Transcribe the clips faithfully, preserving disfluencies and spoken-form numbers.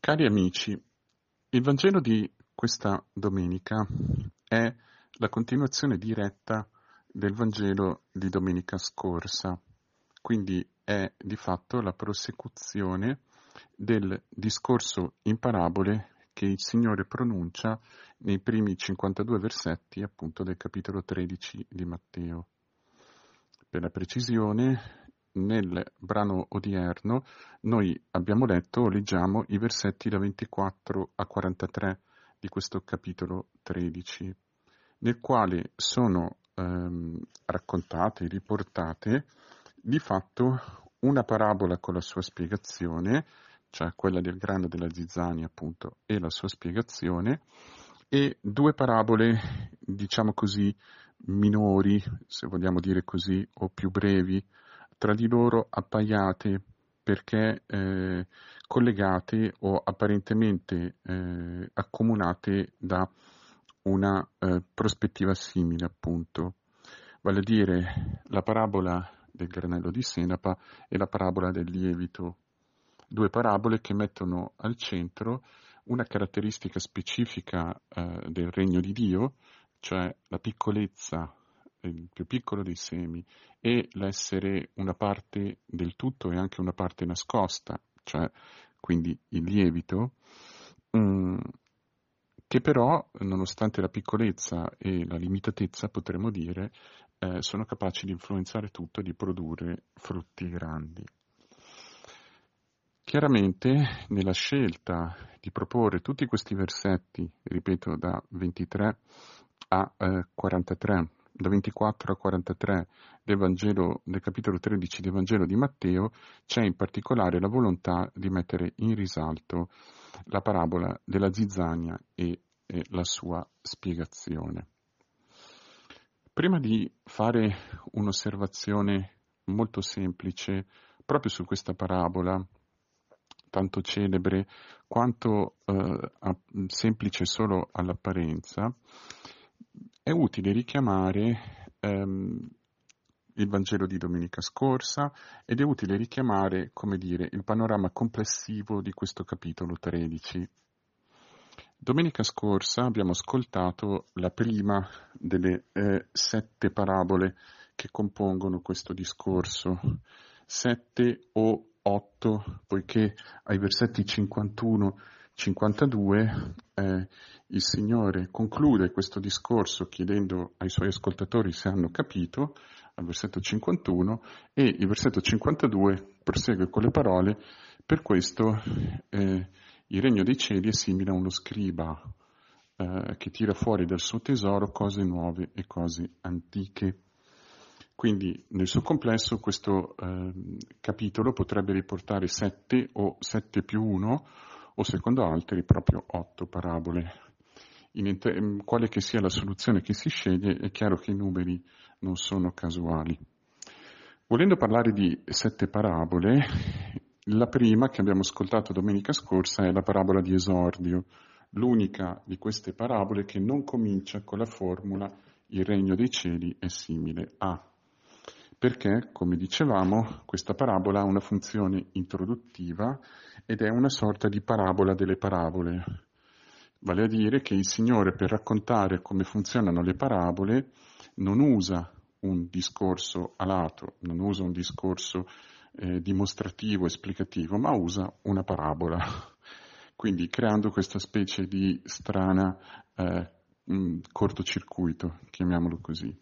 Cari amici, il Vangelo di questa domenica è la continuazione diretta del Vangelo di domenica scorsa, quindi è di fatto la prosecuzione del discorso in parabole che il Signore pronuncia nei primi cinquantadue versetti appunto del capitolo tredici di Matteo. Per la precisione, nel brano odierno noi abbiamo letto o leggiamo i versetti da ventiquattro a quarantatré di questo capitolo tredici, nel quale sono ehm, raccontate, riportate di fatto una parabola con la sua spiegazione, cioè quella del grano della zizzania appunto e la sua spiegazione, e due parabole, diciamo così, minori, se vogliamo dire così, o più brevi, tra di loro appaiate perché eh, collegate o apparentemente eh, accomunate da una eh, prospettiva simile, appunto, vale a dire la parabola del granello di senape e la parabola del lievito, due parabole che mettono al centro una caratteristica specifica eh, del regno di Dio, cioè la piccolezza, il più piccolo dei semi, e l'essere una parte del tutto e anche una parte nascosta, cioè quindi il lievito, mh, che però, nonostante la piccolezza e la limitatezza, potremmo dire, eh, sono capaci di influenzare tutto e di produrre frutti grandi. Chiaramente, nella scelta di proporre tutti questi versetti, ripeto, da ventitré a eh, quarantatré, da ventiquattro a quarantatré del Vangelo, del capitolo tredici del Vangelo di Matteo, c'è in particolare la volontà di mettere in risalto la parabola della zizzania e, e la sua spiegazione. Prima di fare un'osservazione molto semplice proprio su questa parabola, tanto celebre quanto eh, semplice solo all'apparenza, è utile richiamare ehm, il Vangelo di domenica scorsa ed è utile richiamare, come dire, il panorama complessivo di questo capitolo tredici. Domenica scorsa abbiamo ascoltato la prima delle eh, sette parabole che compongono questo discorso, sette o otto, poiché ai versetti cinquantuno cinquantadue eh, il Signore conclude questo discorso chiedendo ai suoi ascoltatori se hanno capito, al versetto cinquantuno, e il versetto cinquantadue prosegue con le parole: per questo eh, il regno dei cieli è simile a uno scriba eh, che tira fuori dal suo tesoro cose nuove e cose antiche. Quindi nel suo complesso questo eh, capitolo potrebbe riportare sette o sette più uno, o secondo altri proprio otto parabole. In ente- quale che sia la soluzione che si sceglie, è chiaro che i numeri non sono casuali. Volendo parlare di sette parabole, la prima che abbiamo ascoltato domenica scorsa è la parabola di esordio, l'unica di queste parabole che non comincia con la formula il regno dei cieli è simile a. Perché, come dicevamo, questa parabola ha una funzione introduttiva ed è una sorta di parabola delle parabole. Vale a dire che il Signore, per raccontare come funzionano le parabole, non usa un discorso a lato, non usa un discorso eh, dimostrativo, esplicativo, ma usa una parabola. Quindi creando questa specie di strana eh, mh, cortocircuito, chiamiamolo così.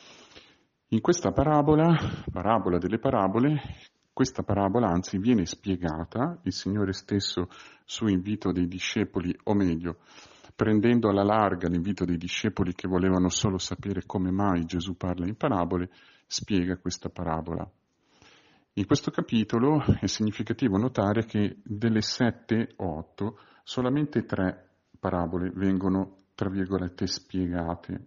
In questa parabola, parabola delle parabole, questa parabola anzi viene spiegata, il Signore stesso su invito dei discepoli, o meglio, prendendo alla larga l'invito dei discepoli che volevano solo sapere come mai Gesù parla in parabole, spiega questa parabola. In questo capitolo è significativo notare che delle sette o otto, solamente tre parabole vengono, tra virgolette, spiegate.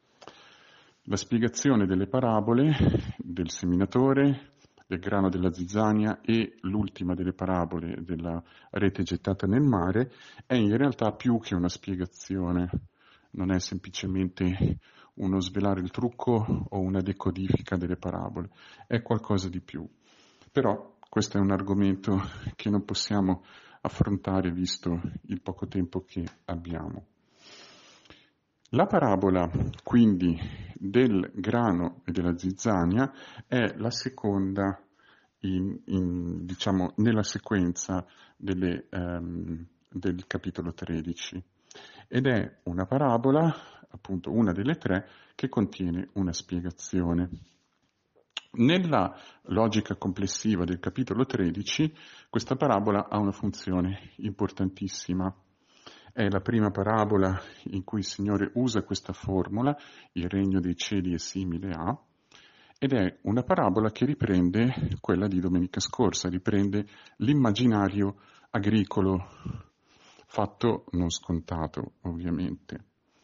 La spiegazione delle parabole del seminatore, del grano della zizzania e l'ultima delle parabole della rete gettata nel mare è in realtà più che una spiegazione, non è semplicemente uno svelare il trucco o una decodifica delle parabole, è qualcosa di più. Però questo è un argomento che non possiamo affrontare visto il poco tempo che abbiamo. La parabola, quindi, del grano e della zizzania è la seconda in, in, diciamo, nella sequenza delle, um, del capitolo tredici ed è una parabola, appunto una delle tre, che contiene una spiegazione. Nella logica complessiva del capitolo tredici, questa parabola ha una funzione importantissima. È la prima parabola in cui il Signore usa questa formula, il regno dei cieli è simile a, ed è una parabola che riprende quella di domenica scorsa, riprende l'immaginario agricolo, fatto non scontato ovviamente.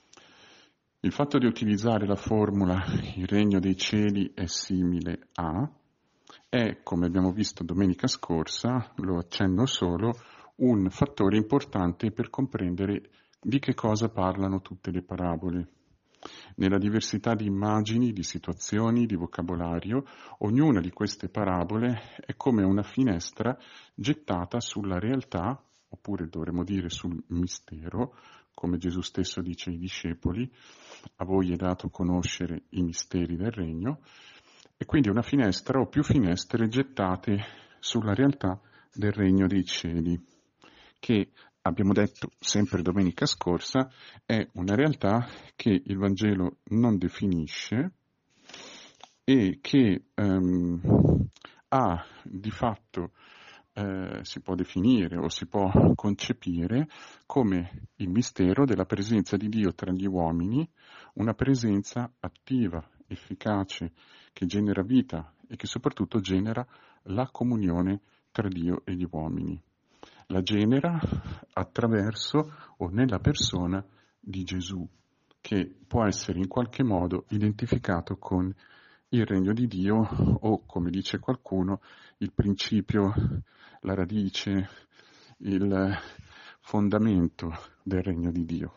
Il fatto di utilizzare la formula il regno dei cieli è simile a è, come abbiamo visto domenica scorsa, lo accenno solo, un fattore importante per comprendere di che cosa parlano tutte le parabole. Nella diversità di immagini, di situazioni, di vocabolario, ognuna di queste parabole è come una finestra gettata sulla realtà, oppure dovremmo dire sul mistero, come Gesù stesso dice ai discepoli, a voi è dato conoscere i misteri del regno, e quindi una finestra o più finestre gettate sulla realtà del regno dei cieli, che abbiamo detto sempre domenica scorsa è una realtà che il Vangelo non definisce e che ehm, ha di fatto eh, si può definire o si può concepire come il mistero della presenza di Dio tra gli uomini, una presenza attiva, efficace, che genera vita e che soprattutto genera la comunione tra Dio e gli uomini. La genera attraverso o nella persona di Gesù, che può essere in qualche modo identificato con il regno di Dio o, come dice qualcuno, il principio, la radice, il fondamento del regno di Dio.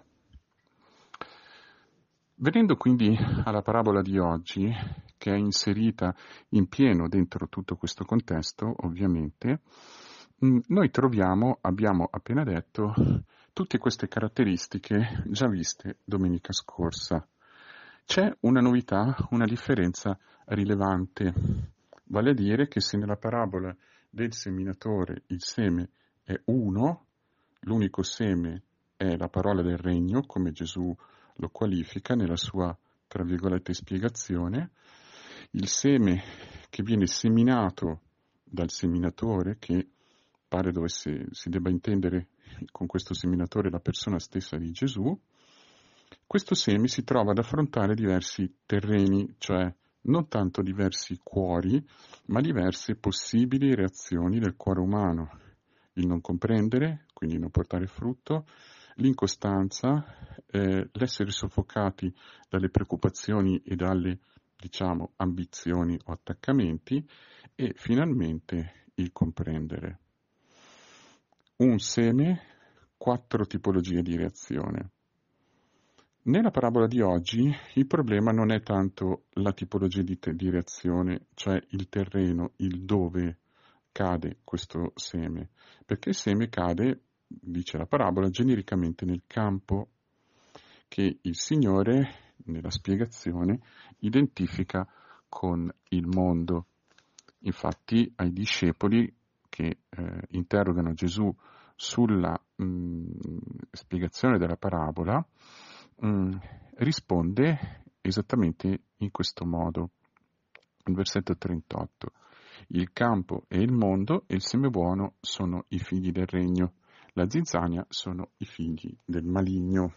Venendo quindi alla parabola di oggi, che è inserita in pieno dentro tutto questo contesto, ovviamente, noi troviamo, abbiamo appena detto, tutte queste caratteristiche già viste domenica scorsa. C'è una novità, una differenza rilevante, vale a dire che se nella parabola del seminatore il seme è uno, l'unico seme è la parola del regno, come Gesù lo qualifica nella sua, tra virgolette, spiegazione, il seme che viene seminato dal seminatore, che pare dovesse, si debba intendere con questo seminatore la persona stessa di Gesù, questo seme si trova ad affrontare diversi terreni, cioè non tanto diversi cuori, ma diverse possibili reazioni del cuore umano. Il non comprendere, quindi non portare frutto, l'incostanza, eh, l'essere soffocati dalle preoccupazioni e dalle, diciamo, ambizioni o attaccamenti e finalmente il comprendere. Un seme, quattro tipologie di reazione. Nella parabola di oggi il problema non è tanto la tipologia di, te- di reazione, cioè il terreno, il dove cade questo seme, perché il seme cade, dice la parabola, genericamente nel campo che il Signore, nella spiegazione, identifica con il mondo. Infatti ai discepoli che eh, interrogano Gesù sulla mh, spiegazione della parabola, mh, risponde esattamente in questo modo. Il versetto trentotto. Il campo e il mondo e il seme buono sono i figli del regno, la zizzania sono i figli del maligno.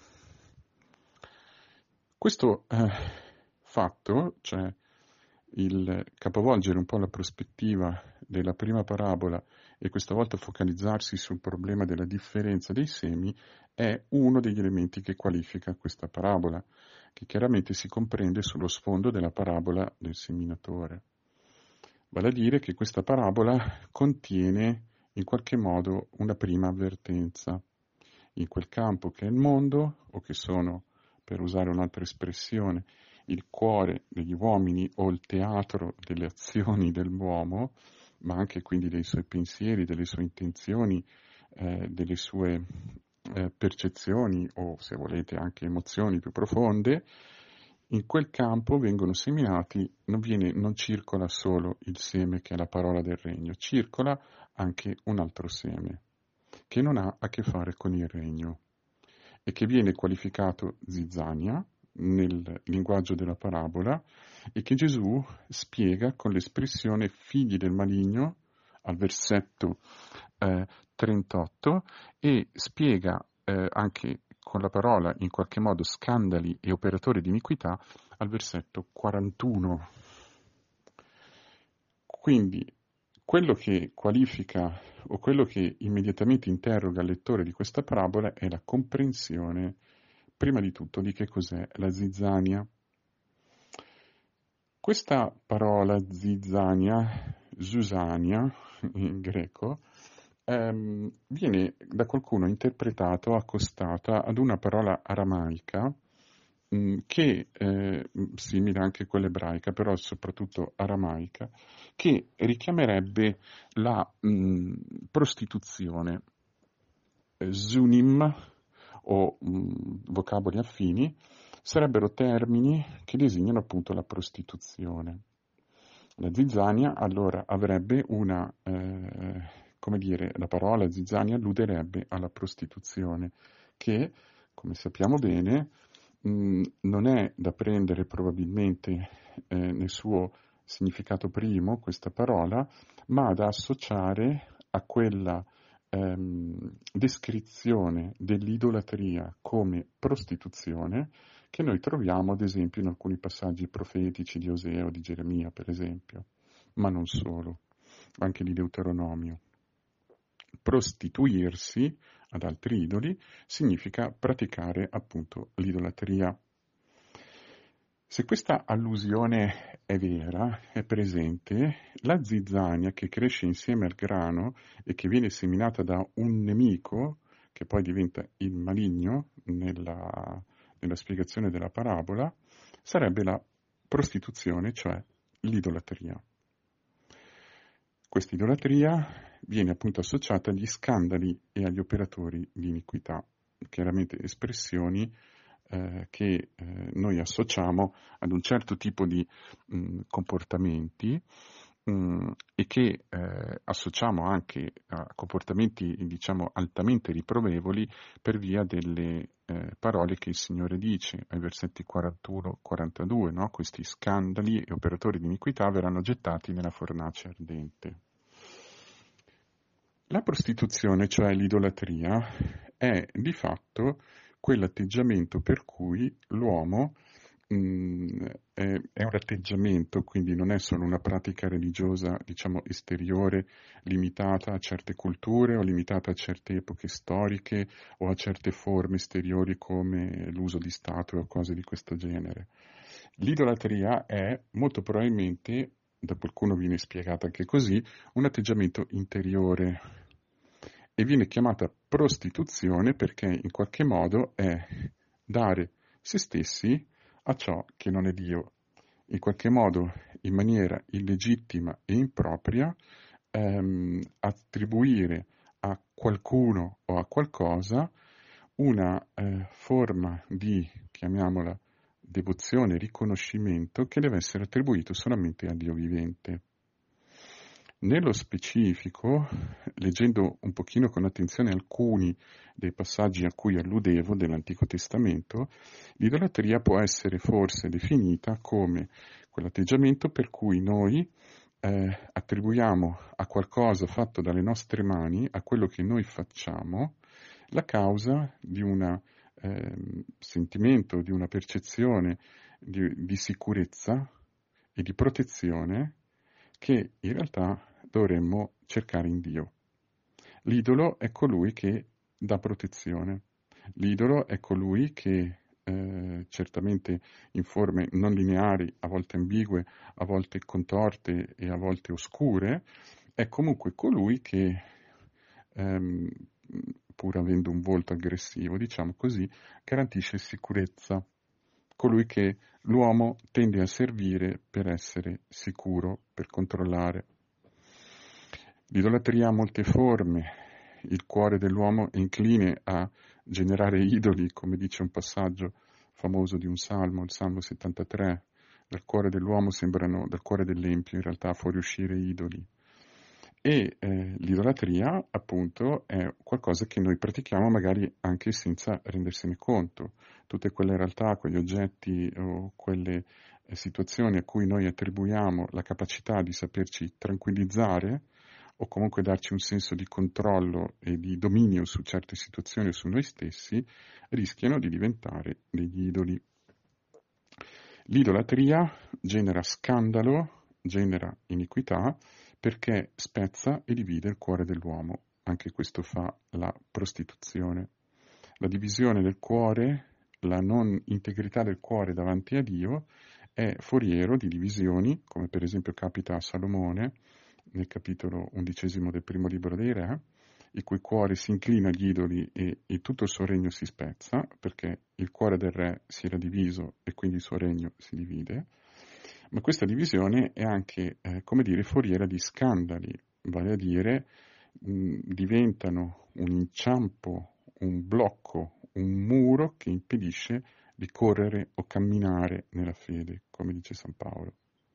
Questo eh, fatto, cioè il capovolgere un po' la prospettiva della prima parabola e questa volta focalizzarsi sul problema della differenza dei semi, è uno degli elementi che qualifica questa parabola, che chiaramente si comprende sullo sfondo della parabola del seminatore. Vale a dire che questa parabola contiene in qualche modo una prima avvertenza. In quel campo che è il mondo, o che sono, per usare un'altra espressione, il cuore degli uomini o il teatro delle azioni dell'uomo, ma anche quindi dei suoi pensieri, delle sue intenzioni, eh, delle sue eh, percezioni o, se volete, anche emozioni più profonde, in quel campo vengono seminati, non, viene, non circola solo il seme che è la parola del regno, circola anche un altro seme che non ha a che fare con il regno e che viene qualificato zizzania nel linguaggio della parabola e che Gesù spiega con l'espressione figli del maligno al versetto eh, trentotto e spiega eh, anche con la parola in qualche modo scandali e operatori di iniquità al versetto quarantuno. Quindi quello che qualifica o quello che immediatamente interroga il lettore di questa parabola è la comprensione, prima di tutto, di che cos'è la zizzania. Questa parola zizzania, Zuzania in greco, ehm, viene da qualcuno interpretato, accostata ad una parola aramaica mh, che, eh, simile anche a quella ebraica, però soprattutto aramaica, che richiamerebbe la mh, prostituzione. Zunim o mh, vocaboli affini sarebbero termini che designano appunto la prostituzione. La zizzania allora avrebbe una, eh, come dire, la parola zizzania alluderebbe alla prostituzione, che, come sappiamo bene, mh, non è da prendere probabilmente eh, nel suo significato primo questa parola, ma da associare a quella ehm, descrizione dell'idolatria come prostituzione che noi troviamo ad esempio in alcuni passaggi profetici di Osea o di Geremia, per esempio, ma non solo, anche di Deuteronomio. Prostituirsi ad altri idoli significa praticare appunto l'idolatria. Se questa allusione è vera, è presente, la zizzania che cresce insieme al grano e che viene seminata da un nemico, che poi diventa il maligno nella, nella spiegazione della parabola, sarebbe la prostituzione, cioè l'idolatria. Questa idolatria viene appunto associata agli scandali e agli operatori di iniquità, chiaramente espressioni eh, che eh, noi associamo ad un certo tipo di mh, comportamenti mh, e che eh, associamo anche a comportamenti, diciamo, altamente riprovevoli per via delle eh, parole che il Signore dice ai versetti quarantuno quarantadue, no? Questi scandali e operatori di iniquità verranno gettati nella fornace ardente. La prostituzione, cioè l'idolatria, è di fatto quell'atteggiamento per cui l'uomo mh, è, è un atteggiamento, quindi non è solo una pratica religiosa, diciamo, esteriore, limitata a certe culture o limitata a certe epoche storiche o a certe forme esteriori come l'uso di statue o cose di questo genere. L'idolatria è molto probabilmente, da qualcuno viene spiegata anche così, un atteggiamento interiore e viene chiamata prostituzione perché in qualche modo è dare se stessi a ciò che non è Dio, in qualche modo in maniera illegittima e impropria ehm, attribuire a qualcuno o a qualcosa una eh, forma di, chiamiamola, devozione, riconoscimento che deve essere attribuito solamente a Dio vivente. Nello specifico, leggendo un pochino con attenzione alcuni dei passaggi a cui alludevo dell'Antico Testamento, l'idolatria può essere forse definita come quell'atteggiamento per cui noi eh, attribuiamo a qualcosa fatto dalle nostre mani, a quello che noi facciamo, la causa di un eh, sentimento, di una percezione di, di sicurezza e di protezione che in realtà dovremmo cercare in Dio. L'idolo è colui che dà protezione, l'idolo è colui che eh, certamente in forme non lineari, a volte ambigue, a volte contorte e a volte oscure, è comunque colui che, ehm, pur avendo un volto aggressivo, diciamo così, garantisce sicurezza, colui che l'uomo tende a servire per essere sicuro, per controllare. L'idolatria ha molte forme il cuore dell'uomo è incline a generare idoli, come dice un passaggio famoso di un salmo, il Salmo settantatré, dal cuore dell'uomo sembrano, dal cuore dell'empio in realtà fuoriuscire idoli. E eh, l'idolatria, appunto, è qualcosa che noi pratichiamo magari anche senza rendersene conto. Tutte quelle realtà, quegli oggetti o quelle eh, situazioni a cui noi attribuiamo la capacità di saperci tranquillizzare o comunque darci un senso di controllo e di dominio su certe situazioni o su noi stessi, rischiano di diventare degli idoli. L'idolatria genera scandalo, genera iniquità, perché spezza e divide il cuore dell'uomo. Anche questo fa la prostituzione. La divisione del cuore, la non integrità del cuore davanti a Dio è foriero di divisioni, come per esempio capita a Salomone nel capitolo undicesimo del primo libro dei Re, il cui cuore si inclina agli idoli e, e tutto il suo regno si spezza, perché il cuore del re si era diviso e quindi il suo regno si divide. Ma questa divisione è anche, eh, come dire, foriera di scandali, vale a dire mh, diventano un inciampo, un blocco, un muro che impedisce di correre o camminare nella fede, come dice San Paolo.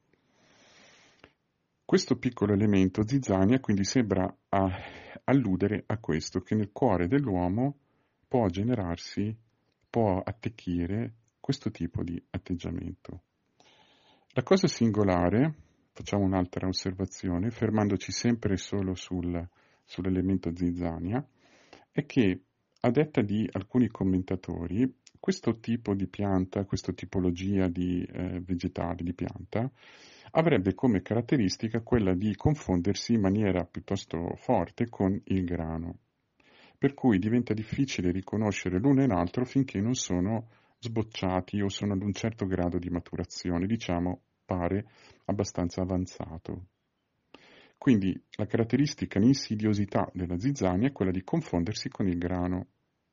Questo piccolo elemento zizzania quindi sembra a, alludere a questo, che nel cuore dell'uomo può generarsi, può attecchire questo tipo di atteggiamento. La cosa singolare, facciamo un'altra osservazione, fermandoci sempre solo sul, sull'elemento zizzania, è che a detta di alcuni commentatori, questo tipo di pianta, questa tipologia di eh, vegetale, di pianta, avrebbe come caratteristica quella di confondersi in maniera piuttosto forte con il grano, per cui diventa difficile riconoscere l'uno e l'altro finché non sono sbocciati o sono ad un certo grado di maturazione, diciamo, pare abbastanza avanzato. Quindi la caratteristica, l'insidiosità della zizzania è quella di confondersi con il grano.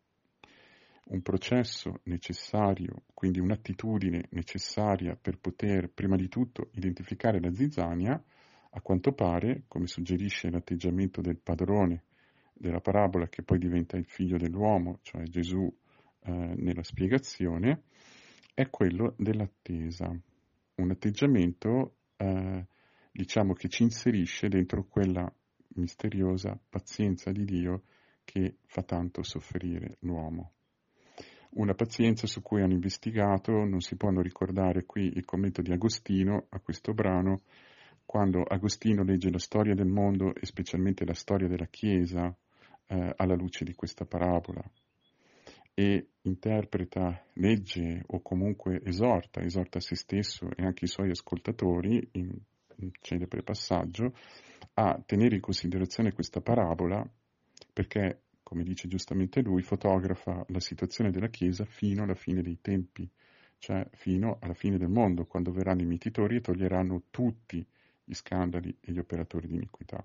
Un processo necessario, quindi un'attitudine necessaria per poter prima di tutto identificare la zizzania, a quanto pare, come suggerisce l'atteggiamento del padrone della parabola che poi diventa il figlio dell'uomo, cioè Gesù eh, nella spiegazione, è quello dell'attesa, un atteggiamento eh, diciamo che ci inserisce dentro quella misteriosa pazienza di Dio che fa tanto soffrire l'uomo. Una pazienza su cui hanno investigato, non si può non ricordare qui il commento di Agostino a questo brano, quando Agostino legge la storia del mondo e specialmente la storia della Chiesa eh, alla luce di questa parabola e interpreta, legge o comunque esorta, esorta se stesso e anche i suoi ascoltatori in un celebre passaggio a tenere in considerazione questa parabola perché, come dice giustamente lui, fotografa la situazione della Chiesa fino alla fine dei tempi, cioè fino alla fine del mondo, quando verranno i mietitori e toglieranno tutti gli scandali e gli operatori di iniquità.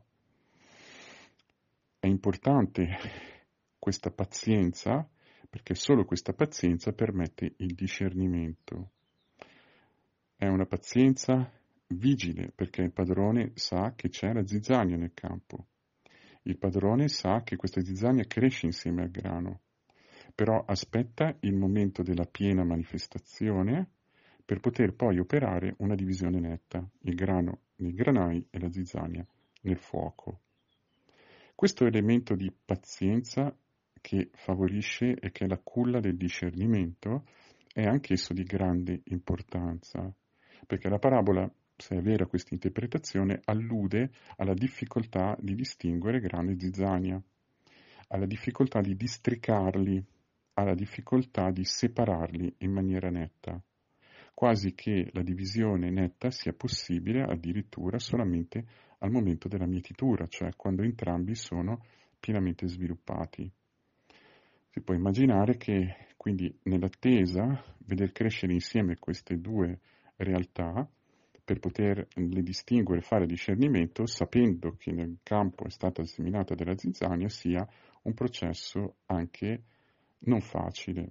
È importante questa pazienza, perché solo questa pazienza permette il discernimento. È una pazienza vigile, perché il padrone sa che c'è la zizzania nel campo. Il padrone sa che questa zizzania cresce insieme al grano, però aspetta il momento della piena manifestazione per poter poi operare una divisione netta, il grano nei granai e la zizzania nel fuoco. Questo elemento di pazienza che favorisce e che è la culla del discernimento è anch'esso di grande importanza, perché la parabola, se è vera questa interpretazione, allude alla difficoltà di distinguere grano e zizzania, alla difficoltà di districarli, alla difficoltà di separarli in maniera netta, quasi che la divisione netta sia possibile addirittura solamente al momento della mietitura, cioè quando entrambi sono pienamente sviluppati. Si può immaginare che quindi nell'attesa, veder crescere insieme queste due realtà, per poterle distinguere e fare discernimento, sapendo che nel campo è stata seminata della zizzania, sia un processo anche non facile.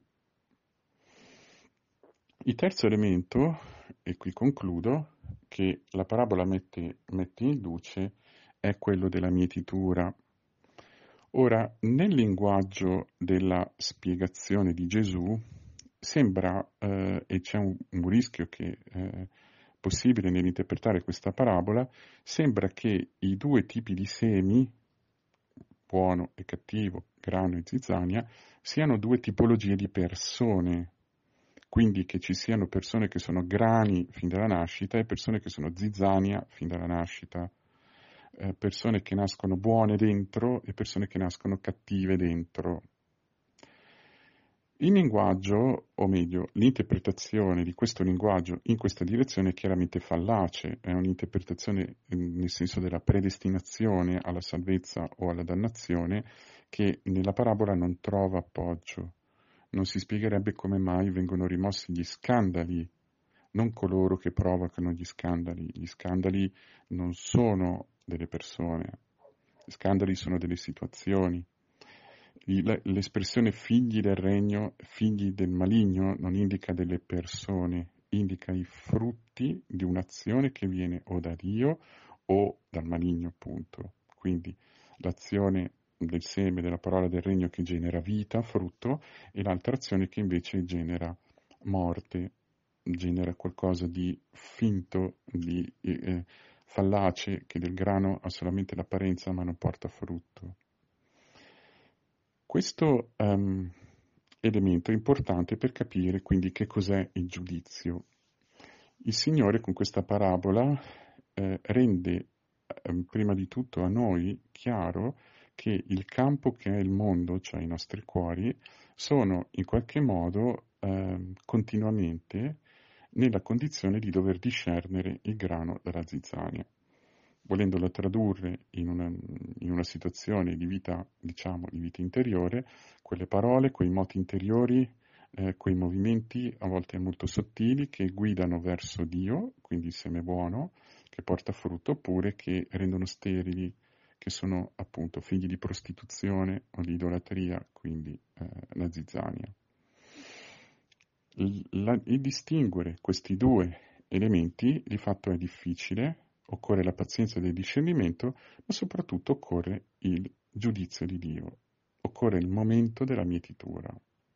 Il terzo elemento, e qui concludo, che la parabola mette, mette in luce è quello della mietitura, Ora, nel linguaggio della spiegazione di Gesù sembra, eh, e c'è un, un rischio che è possibile nell'interpretare questa parabola, sembra che i due tipi di semi, buono e cattivo, grano e zizzania, siano due tipologie di persone. Quindi che ci siano persone che sono grani fin dalla nascita e persone che sono zizzania fin dalla nascita. Eh, persone che nascono buone dentro e persone che nascono cattive dentro. Il linguaggio, o meglio, l'interpretazione di questo linguaggio in questa direzione è chiaramente fallace, è un'interpretazione nel senso della predestinazione alla salvezza o alla dannazione che nella parabola non trova appoggio. Non si spiegherebbe come mai vengono rimossi gli scandali, non coloro che provocano gli scandali. Gli scandali non sono delle persone, gli scandali sono delle situazioni. L'espressione figli del regno, figli del maligno, non indica delle persone, indica i frutti di un'azione che viene o da Dio o dal maligno, appunto. Quindi l'azione del seme, della parola del regno che genera vita, frutto, e l'altra azione che invece genera morte, genera qualcosa di finto, di eh, fallace, che del grano ha solamente l'apparenza ma non porta frutto. Questo um, elemento è importante per capire quindi che cos'è il giudizio. Il Signore con questa parabola eh, rende eh, prima di tutto a noi chiaro che il campo che è il mondo, cioè i nostri cuori, sono in qualche modo eh, continuamente nella condizione di dover discernere il grano dalla zizzania. Volendolo tradurre in una, in una situazione di vita, diciamo, di vita interiore, quelle parole, quei moti interiori, eh, quei movimenti a volte molto sottili che guidano verso Dio, quindi il seme buono, che porta frutto, oppure che rendono sterili, che sono appunto figli di prostituzione o di idolatria, quindi eh, la zizzania. Il, la, il distinguere questi due elementi di fatto è difficile. Occorre la pazienza del discernimento, ma soprattutto occorre il giudizio di Dio, occorre il momento della mietitura.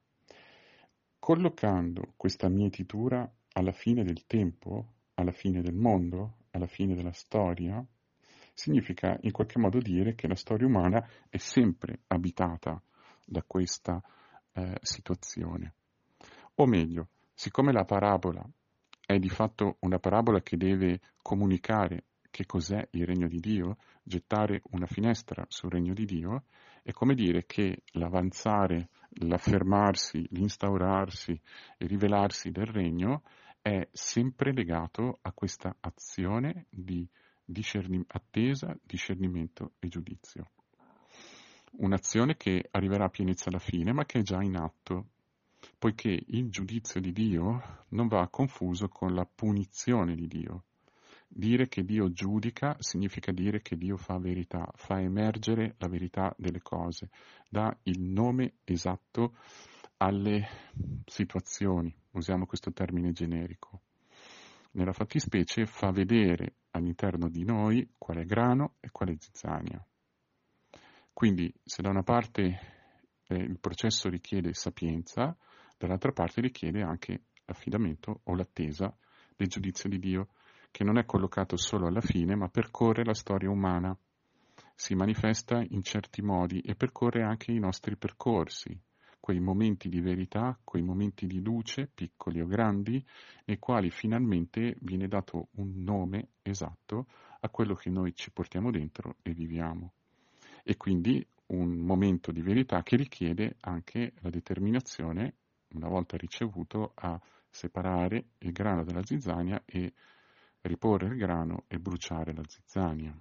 Collocando questa mietitura alla fine del tempo, alla fine del mondo, alla fine della storia, significa in qualche modo dire che la storia umana è sempre abitata da questa eh, situazione. O meglio, siccome la parabola è di fatto una parabola che deve comunicare che cos'è il regno di Dio, gettare una finestra sul regno di Dio, è come dire che l'avanzare, l'affermarsi, l'instaurarsi e rivelarsi del regno è sempre legato a questa azione di discerni- attesa, discernimento e giudizio. Un'azione che arriverà a pienezza alla fine, ma che è già in atto, poiché il giudizio di Dio non va confuso con la punizione di Dio. Dire che Dio giudica significa dire che Dio fa verità, fa emergere la verità delle cose, dà il nome esatto alle situazioni, usiamo questo termine generico. Nella fattispecie fa vedere all'interno di noi qual è grano e qual è zizzania. Quindi se da una parte eh, il processo richiede sapienza, dall'altra parte richiede anche l'affidamento o l'attesa del giudizio di Dio, che non è collocato solo alla fine, ma percorre la storia umana, si manifesta in certi modi e percorre anche i nostri percorsi, quei momenti di verità, quei momenti di luce, piccoli o grandi, nei quali finalmente viene dato un nome esatto a quello che noi ci portiamo dentro e viviamo. E quindi un momento di verità che richiede anche la determinazione, una volta ricevuto, a separare il grano dalla zizzania e riporre il grano e bruciare la zizzania.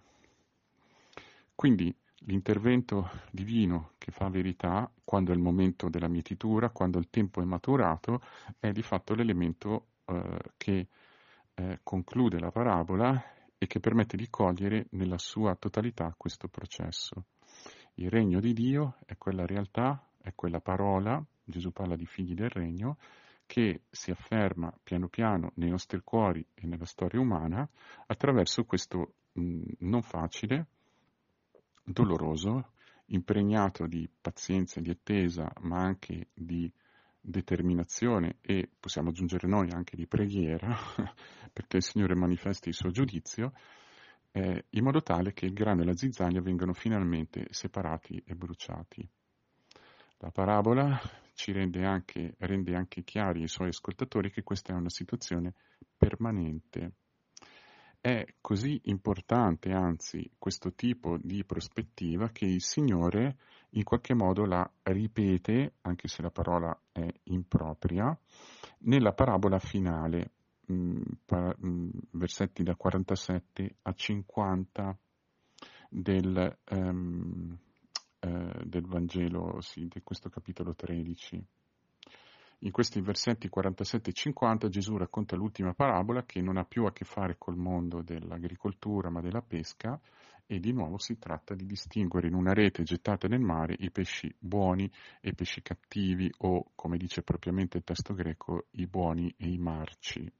Quindi l'intervento divino che fa verità, quando è il momento della mietitura, quando il tempo è maturato, è di fatto l'elemento eh, che eh, conclude la parabola e che permette di cogliere nella sua totalità questo processo. Il regno di Dio è quella realtà, è quella parola, Gesù parla di figli del regno, che si afferma piano piano nei nostri cuori e nella storia umana attraverso questo mh, non facile, doloroso impregnato di pazienza e di attesa, ma anche di determinazione e, possiamo aggiungere noi, anche di preghiera, perché il Signore manifesti il suo giudizio, eh, in modo tale che il grano e la zizzania vengano finalmente separati e bruciati. La parabola ci rende anche, rende anche chiari ai suoi ascoltatori che questa è una situazione permanente. È così importante, anzi, questo tipo di prospettiva che il Signore in qualche modo la ripete, anche se la parola è impropria, nella parabola finale, mh, pa- mh, versetti da quarantasette a cinquanta del, ehm, eh, del Vangelo, sì, di questo capitolo tredici. In questi versetti quarantasette e cinquanta Gesù racconta l'ultima parabola che non ha più a che fare col mondo dell'agricoltura ma della pesca, e di nuovo si tratta di distinguere in una rete gettata nel mare i pesci buoni e i pesci cattivi, o, come dice propriamente il testo greco, i buoni e i marci.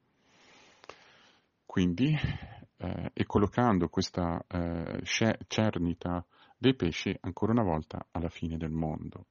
Quindi, eh, e collocando questa eh, cernita dei pesci ancora una volta alla fine del mondo.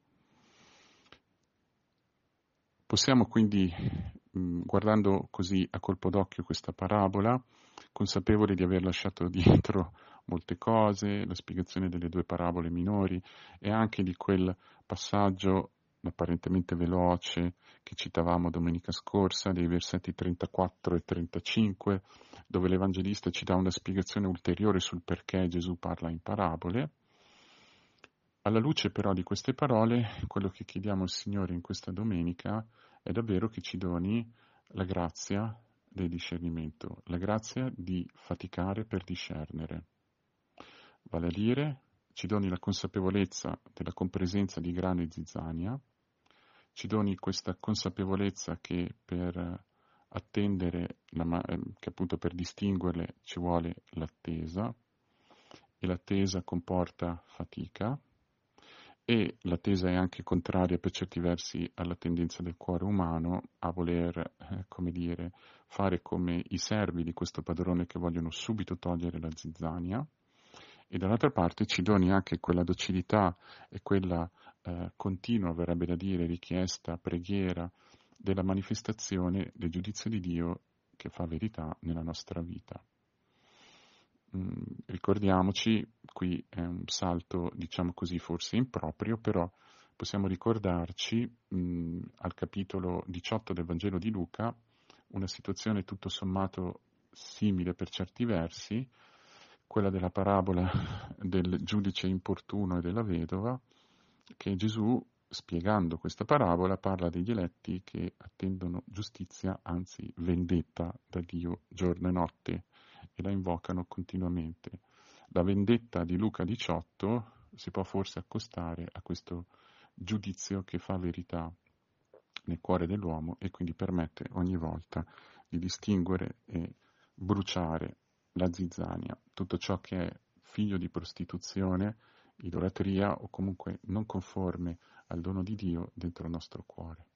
Possiamo quindi, mh, guardando così a colpo d'occhio questa parabola, consapevoli di aver lasciato dietro molte cose, la spiegazione delle due parabole minori e anche di quel passaggio apparentemente veloce che citavamo domenica scorsa, dei versetti trentaquattro e trentacinque, dove l'Evangelista ci dà una spiegazione ulteriore sul perché Gesù parla in parabole. Alla luce però di queste parole, quello che chiediamo al Signore in questa domenica è davvero che ci doni la grazia del discernimento, la grazia di faticare per discernere. Vale a dire, ci doni la consapevolezza della compresenza di grano e zizzania, ci doni questa consapevolezza che per attendere, la, che appunto per distinguerle ci vuole l'attesa, e l'attesa comporta fatica, e l'attesa è anche contraria per certi versi alla tendenza del cuore umano a voler, eh, come dire, fare come i servi di questo padrone che vogliono subito togliere la zizzania, e dall'altra parte ci doni anche quella docilità e quella eh, continua, verrebbe da dire, richiesta, preghiera della manifestazione del giudizio di Dio che fa verità nella nostra vita. Mm, ricordiamoci, qui è un salto, diciamo così, forse improprio, però possiamo ricordarci mh, al capitolo diciotto del Vangelo di Luca una situazione tutto sommato simile per certi versi, quella della parabola del giudice importuno e della vedova, che Gesù, spiegando questa parabola, parla degli eletti che attendono giustizia, anzi vendetta da Dio giorno e notte, e la invocano continuamente. La vendetta di Luca diciotto si può forse accostare a questo giudizio che fa verità nel cuore dell'uomo e quindi permette ogni volta di distinguere e bruciare la zizzania, tutto ciò che è figlio di prostituzione, idolatria o comunque non conforme al dono di Dio dentro il nostro cuore.